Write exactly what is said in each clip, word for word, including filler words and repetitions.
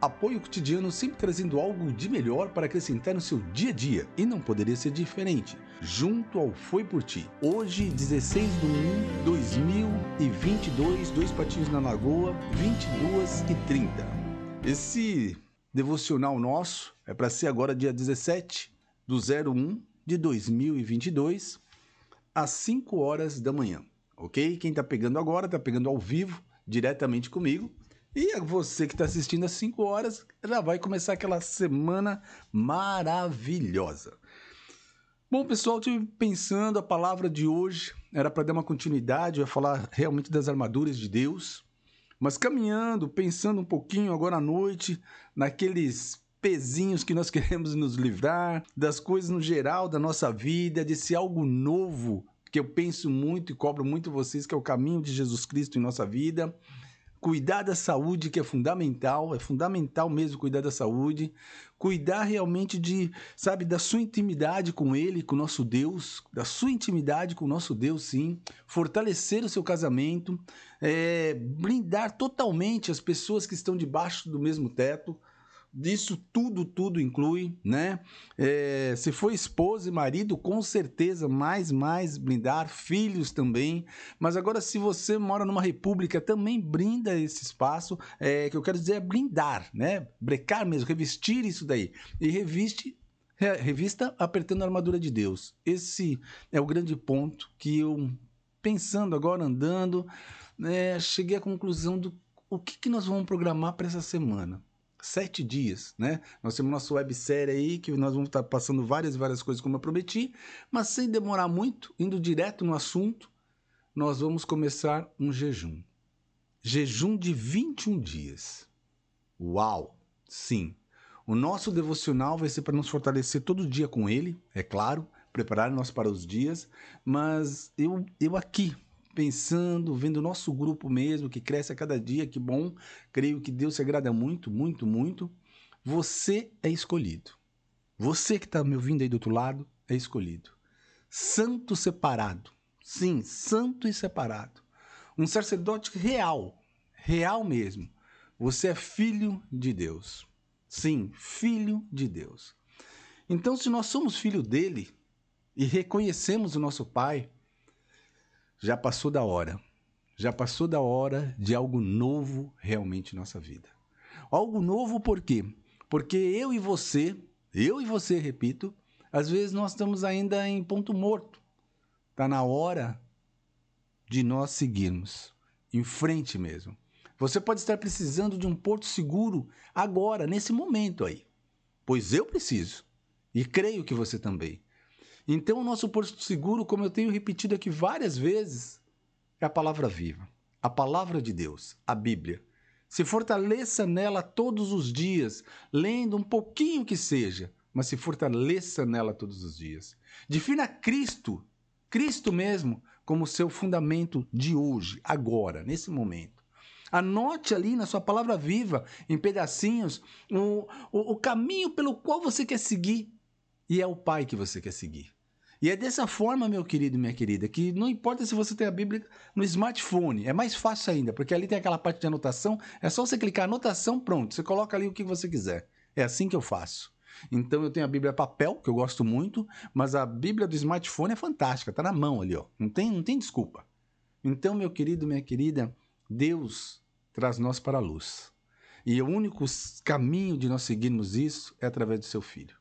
Apoio cotidiano sempre trazendo algo de melhor para acrescentar no seu dia a dia. E não poderia ser diferente. Junto ao Foi Por Ti. Hoje, dezesseis de um de dois mil e vinte e dois, Dois Patinhos na Lagoa, vinte e duas e trinta. Esse devocional nosso é para ser agora dia dezessete do zero um de dois mil e vinte e dois, às cinco horas da manhã. Ok? Quem está pegando agora, está pegando ao vivo, diretamente comigo. E você que está assistindo às cinco horas, já vai começar aquela semana maravilhosa. Bom, pessoal, estive pensando, a palavra de hoje era para dar uma continuidade, eu ia falar realmente das armaduras de Deus, mas caminhando, pensando um pouquinho agora à noite, naqueles pezinhos que nós queremos nos livrar, das coisas no geral da nossa vida, desse algo novo, que eu penso muito e cobro muito vocês, que é o caminho de Jesus Cristo em nossa vida. Cuidar da saúde, que é fundamental, é fundamental mesmo cuidar da saúde, cuidar realmente de, sabe, da sua intimidade com Ele, com o nosso Deus, da sua intimidade com o nosso Deus, sim, fortalecer o seu casamento, é, blindar totalmente as pessoas que estão debaixo do mesmo teto. Disso tudo, tudo inclui, né? É, se for esposa e marido, com certeza, mais, mais blindar, filhos também. Mas agora, se você mora numa república, também blinda esse espaço, é, que eu quero dizer é blindar, né? Brecar mesmo, revestir isso daí. E reviste, revista apertando a armadura de Deus. Esse é o grande ponto que eu, pensando agora, andando, é, cheguei à conclusão do o que, que nós vamos programar para essa semana. Sete dias, né? Nós temos nossa websérie aí, que nós vamos estar passando várias e várias coisas como eu prometi, mas sem demorar muito, indo direto no assunto, nós vamos começar um jejum. Jejum de vinte e um dias. Uau! Sim! O nosso devocional vai ser para nos fortalecer todo dia com ele, é claro, preparar-nos para os dias, mas eu, eu aqui, pensando, vendo o nosso grupo mesmo, que cresce a cada dia, que bom, creio que Deus se agrada muito, muito, muito. Você é escolhido. Você que está me ouvindo aí do outro lado, é escolhido. Santo separado. Sim, santo e separado. Um sacerdote real, real mesmo. Você é filho de Deus. Sim, filho de Deus. Então, se nós somos filho dele e reconhecemos o nosso Pai, já passou da hora, já passou da hora de algo novo realmente em nossa vida. Algo novo por quê? Porque eu e você, eu e você, repito, às vezes nós estamos ainda em ponto morto. Está na hora de nós seguirmos, em frente mesmo. Você pode estar precisando de um porto seguro agora, nesse momento aí. Pois eu preciso, e creio que você também. Então, o nosso porto seguro, como eu tenho repetido aqui várias vezes, é a palavra viva, a palavra de Deus, a Bíblia. Se fortaleça nela todos os dias, lendo um pouquinho que seja, mas se fortaleça nela todos os dias. Defina Cristo, Cristo mesmo, como seu fundamento de hoje, agora, nesse momento. Anote ali na sua palavra viva, em pedacinhos, o, o, o caminho pelo qual você quer seguir. E é o Pai que você quer seguir. E é dessa forma, meu querido e minha querida, que não importa se você tem a Bíblia no smartphone, é mais fácil ainda, porque ali tem aquela parte de anotação, é só você clicar anotação, pronto, você coloca ali o que você quiser. É assim que eu faço. Então eu tenho a Bíblia papel, que eu gosto muito, mas a Bíblia do smartphone é fantástica, tá na mão ali, ó. Não tem, não tem desculpa. Então, meu querido, minha querida, Deus traz nós para a luz. E o único caminho de nós seguirmos isso é através do seu Filho.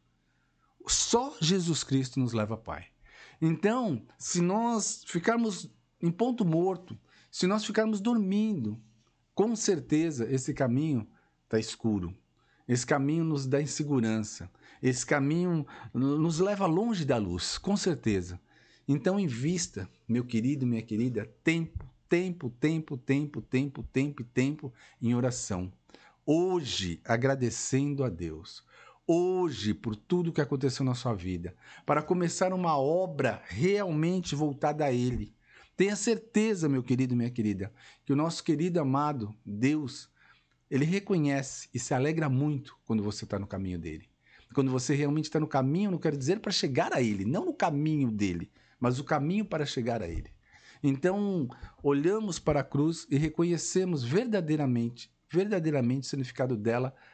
Só Jesus Cristo nos leva a Pai. Então, se nós ficarmos em ponto morto, se nós ficarmos dormindo, com certeza esse caminho está escuro. Esse caminho nos dá insegurança. Esse caminho nos leva longe da luz, com certeza. Então, invista, meu querido, minha querida, tempo, tempo, tempo, tempo, tempo, tempo e tempo em oração. Hoje, agradecendo a Deus. Hoje, por tudo que aconteceu na sua vida, para começar uma obra realmente voltada a Ele. Tenha certeza, meu querido e minha querida, que o nosso querido amado Deus, Ele reconhece e se alegra muito quando você está no caminho dEle. Quando você realmente está no caminho, não quero dizer para chegar a Ele, não no caminho dEle, mas o caminho para chegar a Ele. Então, olhamos para a cruz e reconhecemos verdadeiramente, verdadeiramente o significado dela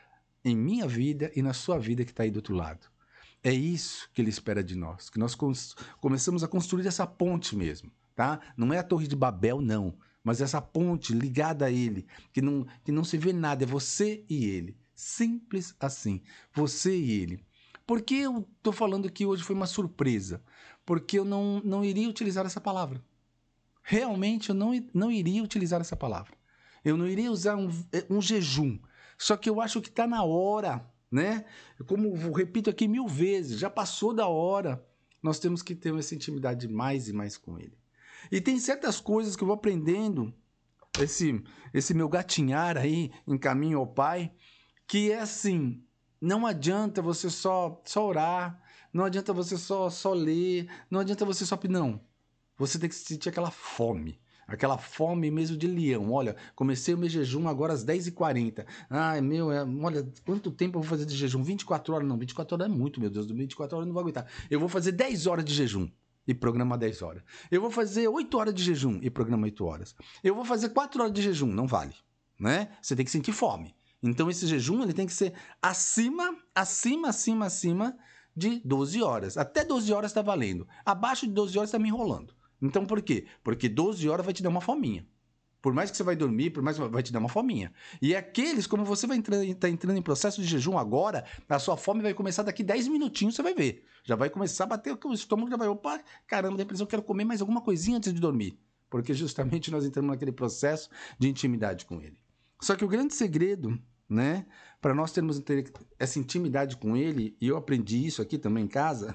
em minha vida e na sua vida que está aí do outro lado. É isso que ele espera de nós, que nós começamos a construir essa ponte mesmo, tá? Não é a Torre de Babel, não, mas essa ponte ligada a ele, que não, que não se vê nada, é você e ele. Simples assim, você e ele. Por que eu estou falando que hoje foi uma surpresa? Porque eu não, não iria utilizar essa palavra. Realmente eu não, não iria utilizar essa palavra. Eu não iria usar um, um jejum. Só que eu acho que está na hora, né? Como eu repito aqui mil vezes, já passou da hora. Nós temos que ter essa intimidade mais e mais com ele. E tem certas coisas que eu vou aprendendo, esse, esse meu gatinhar aí em caminho ao Pai, que é assim, não adianta você só, só orar, não adianta você só, só ler, não adianta você só... Não, você tem que sentir aquela fome, aquela fome mesmo de leão. Olha, comecei o meu jejum agora às dez e quarenta. Ai, meu, é, olha, quanto tempo eu vou fazer de jejum? vinte e quatro horas? Não, vinte e quatro horas é muito, meu Deus, vinte e quatro horas eu não vou aguentar. Eu vou fazer dez horas de jejum e programa dez horas. Eu vou fazer oito horas de jejum e programa oito horas. Eu vou fazer quatro horas de jejum, não vale, né? Você tem que sentir fome. Então esse jejum ele tem que ser acima, acima, acima, acima de doze horas. Até doze horas está valendo. Abaixo de doze horas está me enrolando. Então por quê? Porque doze horas vai te dar uma fominha. Por mais que você vai dormir, por mais que vai te dar uma fominha. E aqueles, como você vai entrar, tá entrando em processo de jejum agora, a sua fome vai começar daqui dez minutinhos, você vai ver. Já vai começar a bater o estômago, já vai, opa, caramba, depois eu quero comer mais alguma coisinha antes de dormir. Porque justamente nós entramos naquele processo de intimidade com ele. Só que o grande segredo, né, para nós termos essa intimidade com ele, e eu aprendi isso aqui também em casa,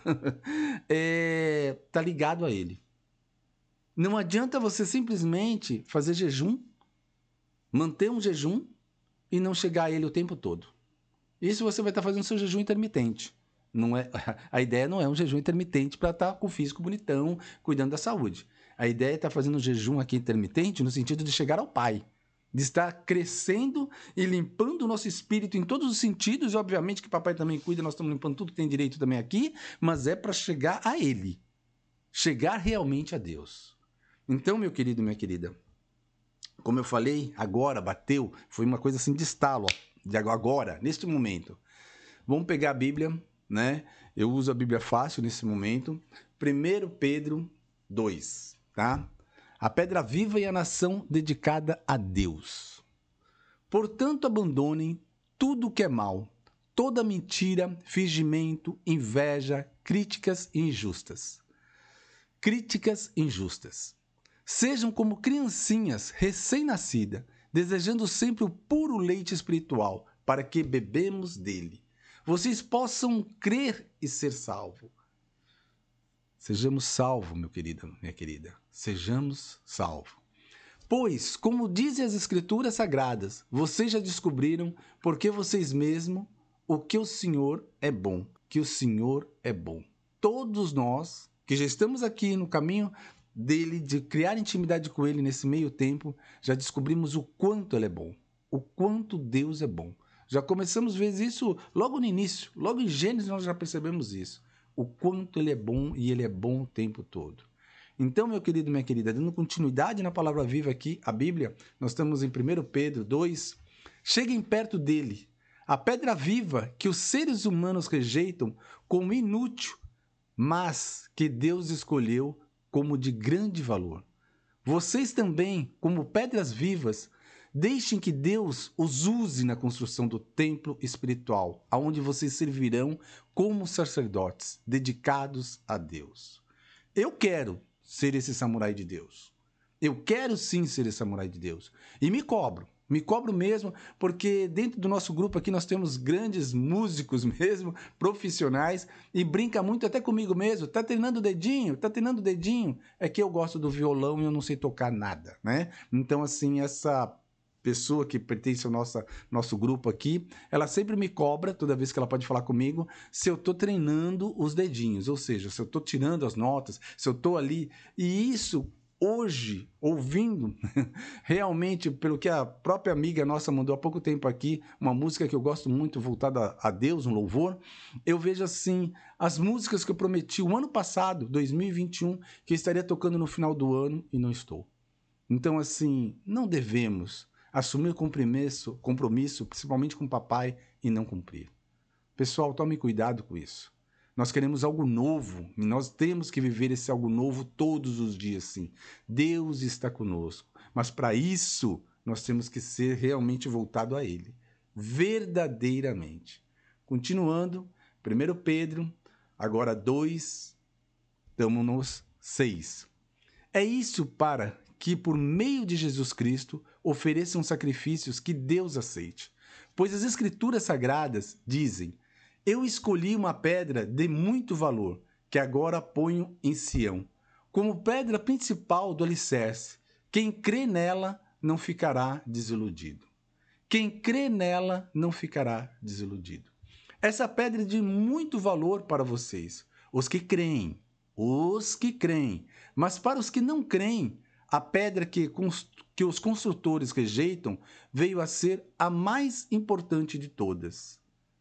é, tá ligado a ele. Não adianta você simplesmente fazer jejum, manter um jejum e não chegar a ele o tempo todo. Isso você vai estar fazendo seu jejum intermitente. Não é, a ideia não é um jejum intermitente para estar com o físico bonitão, cuidando da saúde. A ideia é estar fazendo um jejum aqui intermitente no sentido de chegar ao Pai, de estar crescendo e limpando o nosso espírito em todos os sentidos. E obviamente que papai também cuida, nós estamos limpando tudo que tem direito também aqui, mas é para chegar a ele, chegar realmente a Deus. Então, meu querido, minha querida, como eu falei, agora bateu, foi uma coisa assim de estalo, ó, de agora, neste momento. Vamos pegar a Bíblia, né? Eu uso a Bíblia fácil nesse momento. primeiro Pedro dois, tá? A pedra viva e a nação dedicada a Deus. Portanto, abandonem tudo o que é mal, toda mentira, fingimento, inveja, críticas injustas. Críticas injustas. Sejam como criancinhas recém-nascidas, desejando sempre o puro leite espiritual, para que bebemos dele. Vocês possam crer e ser salvos. Sejamos salvos, meu querido, minha querida. Sejamos salvos. Pois, como dizem as Escrituras Sagradas, vocês já descobriram, porque vocês mesmos, o que o Senhor é bom. Que o Senhor é bom. Todos nós que já estamos aqui no caminho dele, de criar intimidade com ele nesse meio tempo, já descobrimos o quanto ele é bom, o quanto Deus é bom. Já começamos a ver isso logo no início, logo em Gênesis nós já percebemos isso, o quanto ele é bom e ele é bom o tempo todo. Então, meu querido, minha querida, dando continuidade na palavra viva aqui, a Bíblia, nós estamos em primeiro Pedro dois, cheguem perto dele, a pedra viva que os seres humanos rejeitam como inútil, mas que Deus escolheu como de grande valor. Vocês também, como pedras vivas, deixem que Deus os use na construção do templo espiritual, aonde vocês servirão como sacerdotes dedicados a Deus. Eu quero ser esse samurai de Deus. Eu quero sim ser esse samurai de Deus. E me cobro. Me cobro mesmo, porque dentro do nosso grupo aqui nós temos grandes músicos mesmo, profissionais, e brinca muito até comigo mesmo. Tá treinando o dedinho? Tá treinando o dedinho? É que eu gosto do violão e eu não sei tocar nada, né? Então, assim, essa pessoa que pertence ao nosso, nosso grupo aqui, ela sempre me cobra, toda vez que ela pode falar comigo, se eu tô treinando os dedinhos, ou seja, se eu tô tirando as notas, se eu tô ali, e isso... Hoje, ouvindo, realmente, pelo que a própria amiga nossa mandou há pouco tempo aqui, uma música que eu gosto muito, voltada a Deus, um louvor, eu vejo assim, as músicas que eu prometi o ano passado, dois mil e vinte e um, que eu estaria tocando no final do ano e não estou. Então, assim, não devemos assumir compromisso, compromisso, principalmente com o papai, e não cumprir. Pessoal, tome cuidado com isso. Nós queremos algo novo e nós temos que viver esse algo novo todos os dias, sim. Deus está conosco, mas para isso nós temos que ser realmente voltado a Ele, verdadeiramente. Continuando, primeiro Pedro, agora dois, estamos nos seis. É isso para que, por meio de Jesus Cristo, ofereçam sacrifícios que Deus aceite. Pois as Escrituras Sagradas dizem: eu escolhi uma pedra de muito valor, que agora ponho em Sião, como pedra principal do alicerce. Quem crê nela não ficará desiludido. Quem crê nela não ficará desiludido. Essa pedra é de muito valor para vocês, os que creem, os que creem. Mas para os que não creem, a pedra que, que os construtores rejeitam veio a ser a mais importante de todas.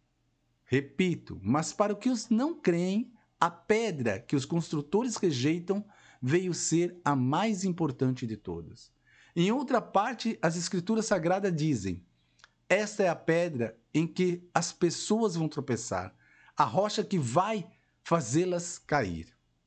Repito, mas para os que não creem, a pedra que os construtores rejeitam veio ser a mais importante de todas. Em outra parte, as Escrituras Sagradas dizem: esta é a pedra em que as pessoas vão tropeçar, a rocha que vai fazê-las cair.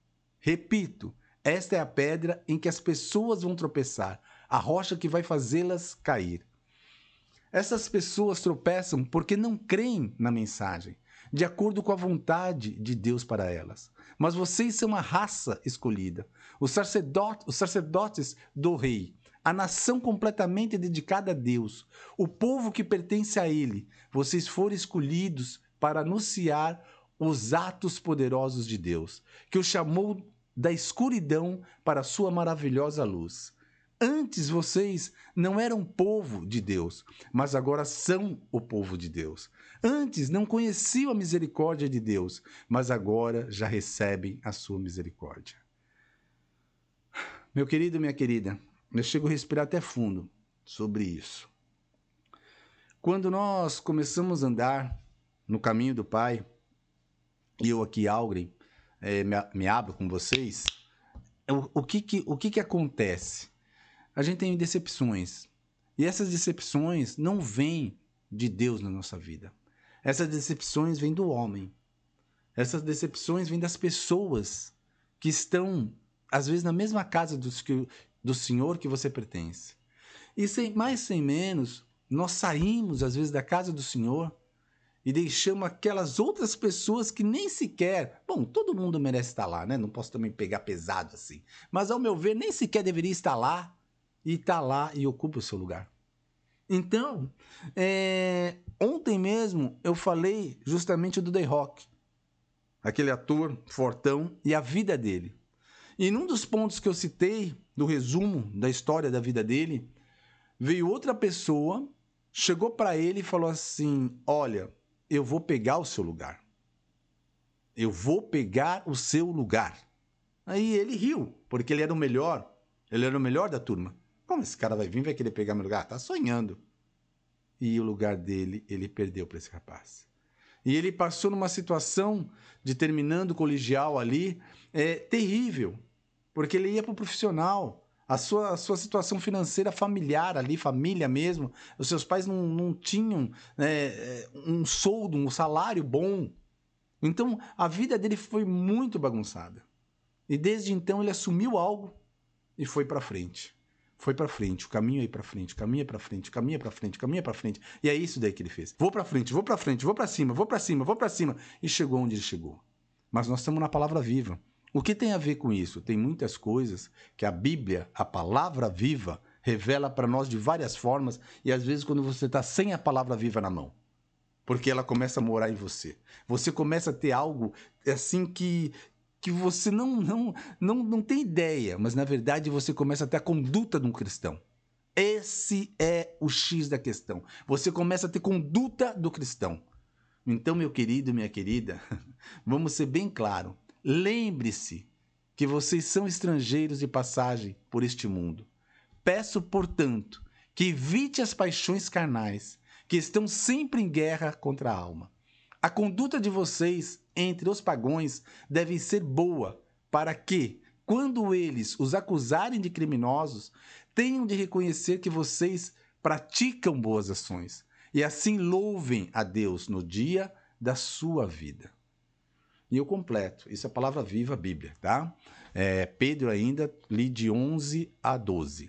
Repito, esta é a pedra em que as pessoas vão tropeçar, a rocha que vai fazê-las cair. Essas pessoas tropeçam porque não creem na mensagem, de acordo com a vontade de Deus para elas. Mas vocês são a raça escolhida, os sacerdotes, os sacerdotes do rei, a nação completamente dedicada a Deus, o povo que pertence a Ele. Vocês foram escolhidos para anunciar os atos poderosos de Deus, que o chamou da escuridão para a sua maravilhosa luz. Antes vocês não eram povo de Deus, mas agora são o povo de Deus. Antes não conheciam a misericórdia de Deus, mas agora já recebem a sua misericórdia. Meu querido, minha querida, eu chego a respirar até fundo sobre isso. Quando nós começamos a andar no caminho do Pai, e eu aqui, Algren, é, me, me abro com vocês, o, o, que, que, o que, que acontece? A gente tem decepções. E essas decepções não vêm de Deus na nossa vida. Essas decepções vêm do homem. Essas decepções vêm das pessoas que estão, às vezes, na mesma casa do, do Senhor que você pertence. E sem mais, sem menos, nós saímos, às vezes, da casa do Senhor e deixamos aquelas outras pessoas que nem sequer... Bom, todo mundo merece estar lá, né? Não posso também pegar pesado assim. Mas, ao meu ver, nem sequer deveria estar lá. E está lá e ocupa o seu lugar. Então, é, ontem mesmo eu falei justamente do The Rock, aquele ator fortão e a vida dele. E num dos pontos que eu citei, do resumo da história da vida dele, veio outra pessoa, chegou para ele e falou assim: olha, eu vou pegar o seu lugar. Eu vou pegar o seu lugar. Aí ele riu, porque ele era o melhor, ele era o melhor da turma. Como esse cara vai vir e vai querer pegar meu lugar? Tá sonhando. E o lugar dele, ele perdeu para esse rapaz. E ele passou numa situação de terminando o colegial ali, é, terrível. Porque ele ia para o profissional. A sua, a sua situação financeira familiar ali, família mesmo, os seus pais não, não tinham é, um soldo, um salário bom. Então, a vida dele foi muito bagunçada. E desde então ele assumiu algo e foi para frente. Foi para frente, o caminho é ir para frente, o caminho é para frente, o caminho é para frente, o caminho é para frente. E é isso daí que ele fez. Vou para frente, vou para frente, vou para cima, vou para cima, vou para cima. E chegou onde ele chegou. Mas nós estamos na palavra viva. O que tem a ver com isso? Tem muitas coisas que a Bíblia, a palavra viva, revela para nós de várias formas. E às vezes quando você está sem a palavra viva na mão. Porque ela começa a morar em você. Você começa a ter algo assim que... que você não, não, não, não tem ideia, mas na verdade você começa a ter a conduta de um cristão. Esse é o X da questão. Você começa a ter conduta do cristão. Então, meu querido, minha querida, vamos ser bem claros. Lembre-se que vocês são estrangeiros de passagem por este mundo. Peço, portanto, que evite as paixões carnais, que estão sempre em guerra contra a alma. A conduta de vocês entre os pagãos deve ser boa, para que, quando eles os acusarem de criminosos, tenham de reconhecer que vocês praticam boas ações e assim louvem a Deus no dia da sua vida. E eu completo, isso é a palavra viva, a Bíblia, tá? É, Pedro ainda, li de onze a doze.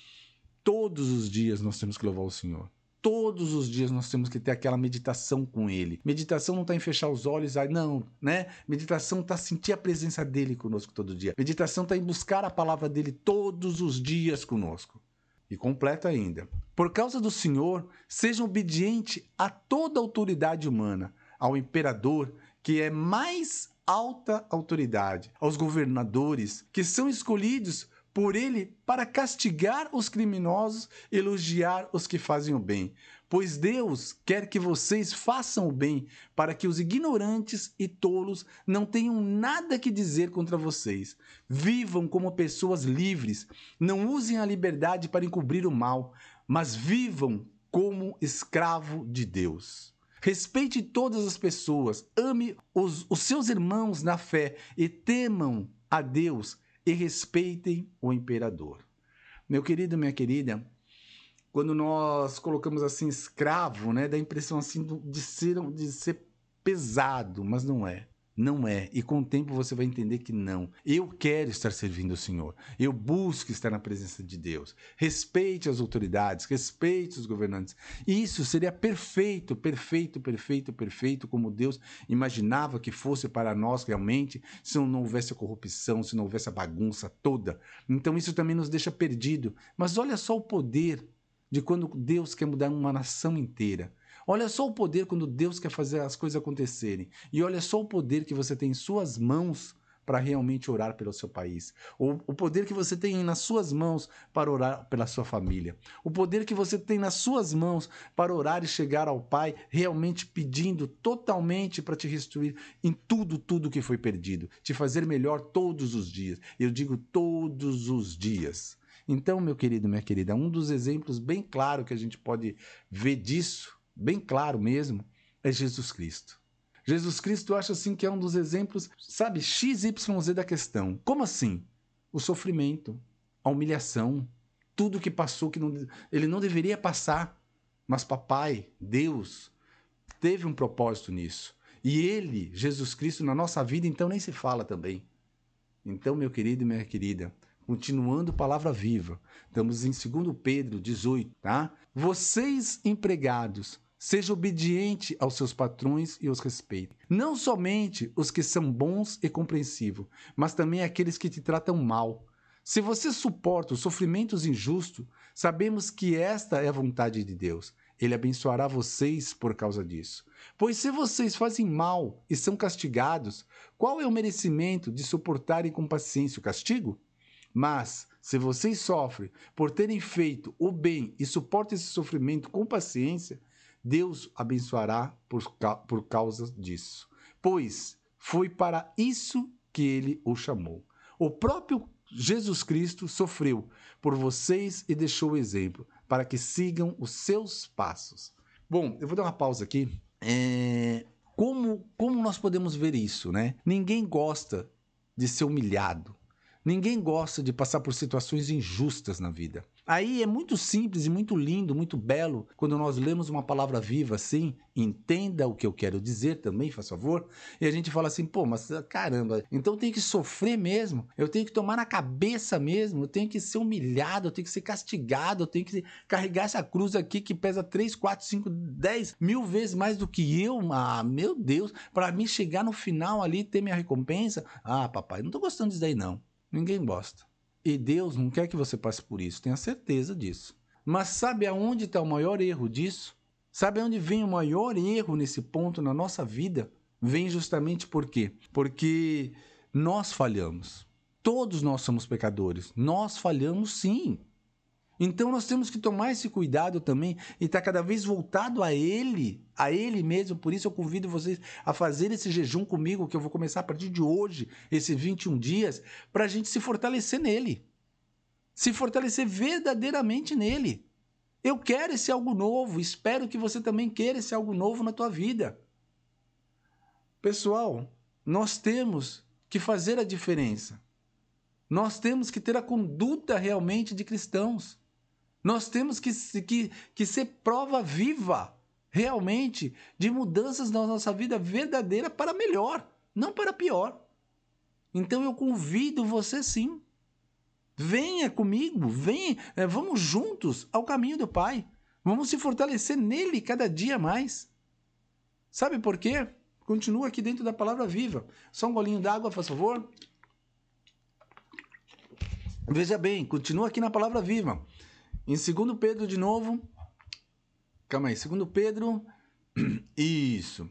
Todos os dias nós temos que louvar o Senhor. Todos os dias nós temos que ter aquela meditação com Ele. Meditação não está em fechar os olhos, não, né? Meditação está sentir a presença dEle conosco todo dia. Meditação está em buscar a palavra dEle todos os dias conosco. E completa ainda. Por causa do Senhor, sejam obedientes a toda autoridade humana, ao imperador, que é mais alta autoridade, aos governadores, que são escolhidos por ele para castigar os criminosos, elogiar os que fazem o bem. Pois Deus quer que vocês façam o bem, para que os ignorantes e tolos não tenham nada que dizer contra vocês. Vivam como pessoas livres, não usem a liberdade para encobrir o mal, mas vivam como escravo de Deus. Respeite todas as pessoas, ame os, os seus irmãos na fé e temam a Deus e respeitem o imperador. Meu querido, minha querida, quando nós colocamos assim escravo, né, dá a impressão assim de ser, de ser pesado, mas não é. Não é. E com o tempo você vai entender que não. Eu quero estar servindo o Senhor. Eu busco estar na presença de Deus. Respeite as autoridades, respeite os governantes. Isso seria perfeito, perfeito, perfeito, perfeito, como Deus imaginava que fosse para nós realmente, se não houvesse a corrupção, se não houvesse a bagunça toda. Então isso também nos deixa perdido. Mas olha só o poder de quando Deus quer mudar uma nação inteira. Olha só o poder quando Deus quer fazer as coisas acontecerem. E olha só o poder que você tem em suas mãos para realmente orar pelo seu país. O, o poder que você tem nas suas mãos para orar pela sua família. O poder que você tem nas suas mãos para orar e chegar ao Pai realmente pedindo totalmente para te restituir em tudo, tudo que foi perdido. Te fazer melhor todos os dias. Eu digo todos os dias. Então, meu querido, minha querida, um dos exemplos bem claros que a gente pode ver disso, bem claro mesmo, é Jesus Cristo. Jesus Cristo, eu acho assim que é um dos exemplos, sabe, X Y Z da questão. Como assim? O sofrimento, a humilhação, tudo que passou que não, ele não deveria passar. Mas papai, Deus, teve um propósito nisso. E ele, Jesus Cristo, na nossa vida, então nem se fala também. Então, meu querido e minha querida, continuando palavra viva, estamos em dois Pedro dezoito, tá? Vocês, empregados, sejam obedientes aos seus patrões e os respeitem. Não somente os que são bons e compreensivos, mas também aqueles que te tratam mal. Se você suporta os sofrimentos injustos, sabemos que esta é a vontade de Deus. Ele abençoará vocês por causa disso. Pois se vocês fazem mal e são castigados, qual é o merecimento de suportarem com paciência o castigo? Mas, se vocês sofrem por terem feito o bem e suportam esse sofrimento com paciência, Deus abençoará por, por causa disso. Pois foi para isso que ele o chamou. O próprio Jesus Cristo sofreu por vocês e deixou o exemplo, para que sigam os seus passos. Bom, eu vou dar uma pausa aqui. É... Como, como nós podemos ver isso, né? Ninguém gosta de ser humilhado. Ninguém gosta de passar por situações injustas na vida. Aí é muito simples e muito lindo, muito belo, quando nós lemos uma palavra viva assim, entenda o que eu quero dizer também, faz favor, e a gente fala assim, pô, mas caramba, então eu tenho que sofrer mesmo, eu tenho que tomar na cabeça mesmo, eu tenho que ser humilhado, eu tenho que ser castigado, eu tenho que carregar essa cruz aqui que pesa três, quatro, cinco, dez mil vezes mais do que eu, ah, meu Deus, para mim chegar no final ali e ter minha recompensa. Ah, papai, não tô gostando disso daí não. Ninguém gosta. E Deus não quer que você passe por isso, tenha certeza disso. Mas sabe aonde está o maior erro disso? Sabe aonde vem o maior erro nesse ponto na nossa vida? Vem justamente por quê? Porque nós falhamos. Todos nós somos pecadores. Nós falhamos sim. Então nós temos que tomar esse cuidado também e estar cada vez voltado a Ele, a Ele mesmo. Por isso eu convido vocês a fazer esse jejum comigo, que eu vou começar a partir de hoje, esses vinte e um dias, para a gente se fortalecer nele. Se fortalecer verdadeiramente nele. Eu quero esse algo novo, espero que você também queira esse algo novo na tua vida. Pessoal, nós temos que fazer a diferença. Nós temos que ter a conduta realmente de cristãos. Nós temos que, que, que ser prova viva realmente de mudanças na nossa vida verdadeira para melhor, não para pior. Então eu convido você sim. Venha comigo, venha, vamos juntos ao caminho do Pai. Vamos se fortalecer nele cada dia mais. Sabe por quê? Continua aqui dentro da palavra viva. Só um golinho d'água, por favor. Veja bem, continua aqui na palavra viva. Em segundo Pedro de novo. Calma aí, segundo Pedro. Isso.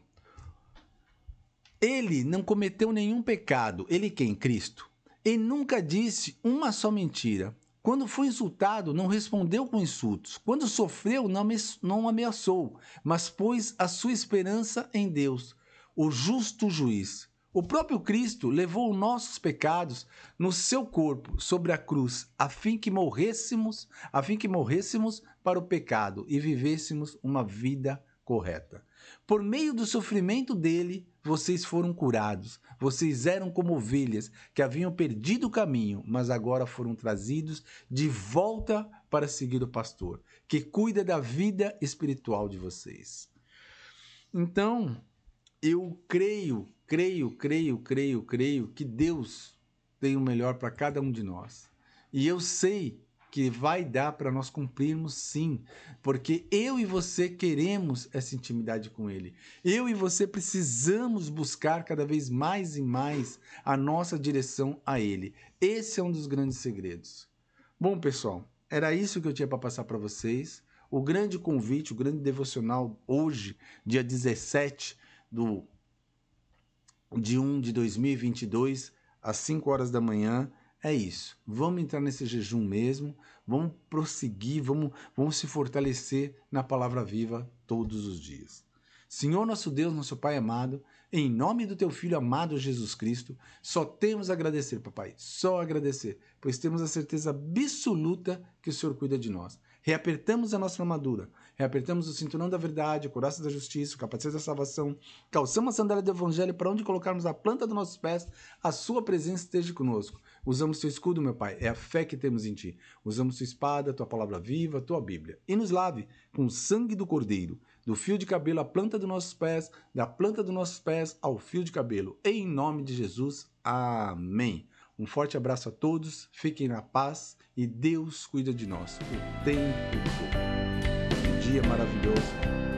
Ele não cometeu nenhum pecado. Ele quem? Cristo. E nunca disse uma só mentira. Quando foi insultado, não respondeu com insultos. Quando sofreu, não ameaçou, mas pôs a sua esperança em Deus, o justo juiz. O próprio Cristo levou os nossos pecados no seu corpo sobre a cruz, a fim que morrêssemos, a fim que morrêssemos para o pecado e vivêssemos uma vida correta. Por meio do sofrimento dele, vocês foram curados. Vocês eram como ovelhas que haviam perdido o caminho, mas agora foram trazidos de volta para seguir o pastor, que cuida da vida espiritual de vocês. Então, eu creio, creio, creio, creio, creio que Deus tem o melhor para cada um de nós. E eu sei que vai dar para nós cumprirmos sim, porque eu e você queremos essa intimidade com Ele. Eu e você precisamos buscar cada vez mais e mais a nossa direção a Ele. Esse é um dos grandes segredos. Bom, pessoal, era isso que eu tinha para passar para vocês. O grande convite, o grande devocional hoje, dia dezessete do, de um de dois mil e vinte e dois, às cinco horas da manhã, é isso. Vamos entrar nesse jejum mesmo, vamos prosseguir, vamos, vamos se fortalecer na palavra viva todos os dias. Senhor nosso Deus, nosso Pai amado, em nome do Teu Filho amado Jesus Cristo, só temos a agradecer, papai, só agradecer, pois temos a certeza absoluta que o Senhor cuida de nós. Reapertamos a nossa armadura, reapertamos o cinturão da verdade, a couraça da justiça, o capacete da salvação, calçamos a sandália do evangelho para onde colocarmos a planta dos nossos pés, a sua presença esteja conosco. Usamos teu escudo, meu Pai, é a fé que temos em ti. Usamos tua espada, tua palavra viva, tua Bíblia. E nos lave com o sangue do Cordeiro, do fio de cabelo à planta dos nossos pés, da planta dos nossos pés ao fio de cabelo. Em nome de Jesus, amém. Um forte abraço a todos, fiquem na paz e Deus cuida de nós o tempo todo. Um dia maravilhoso.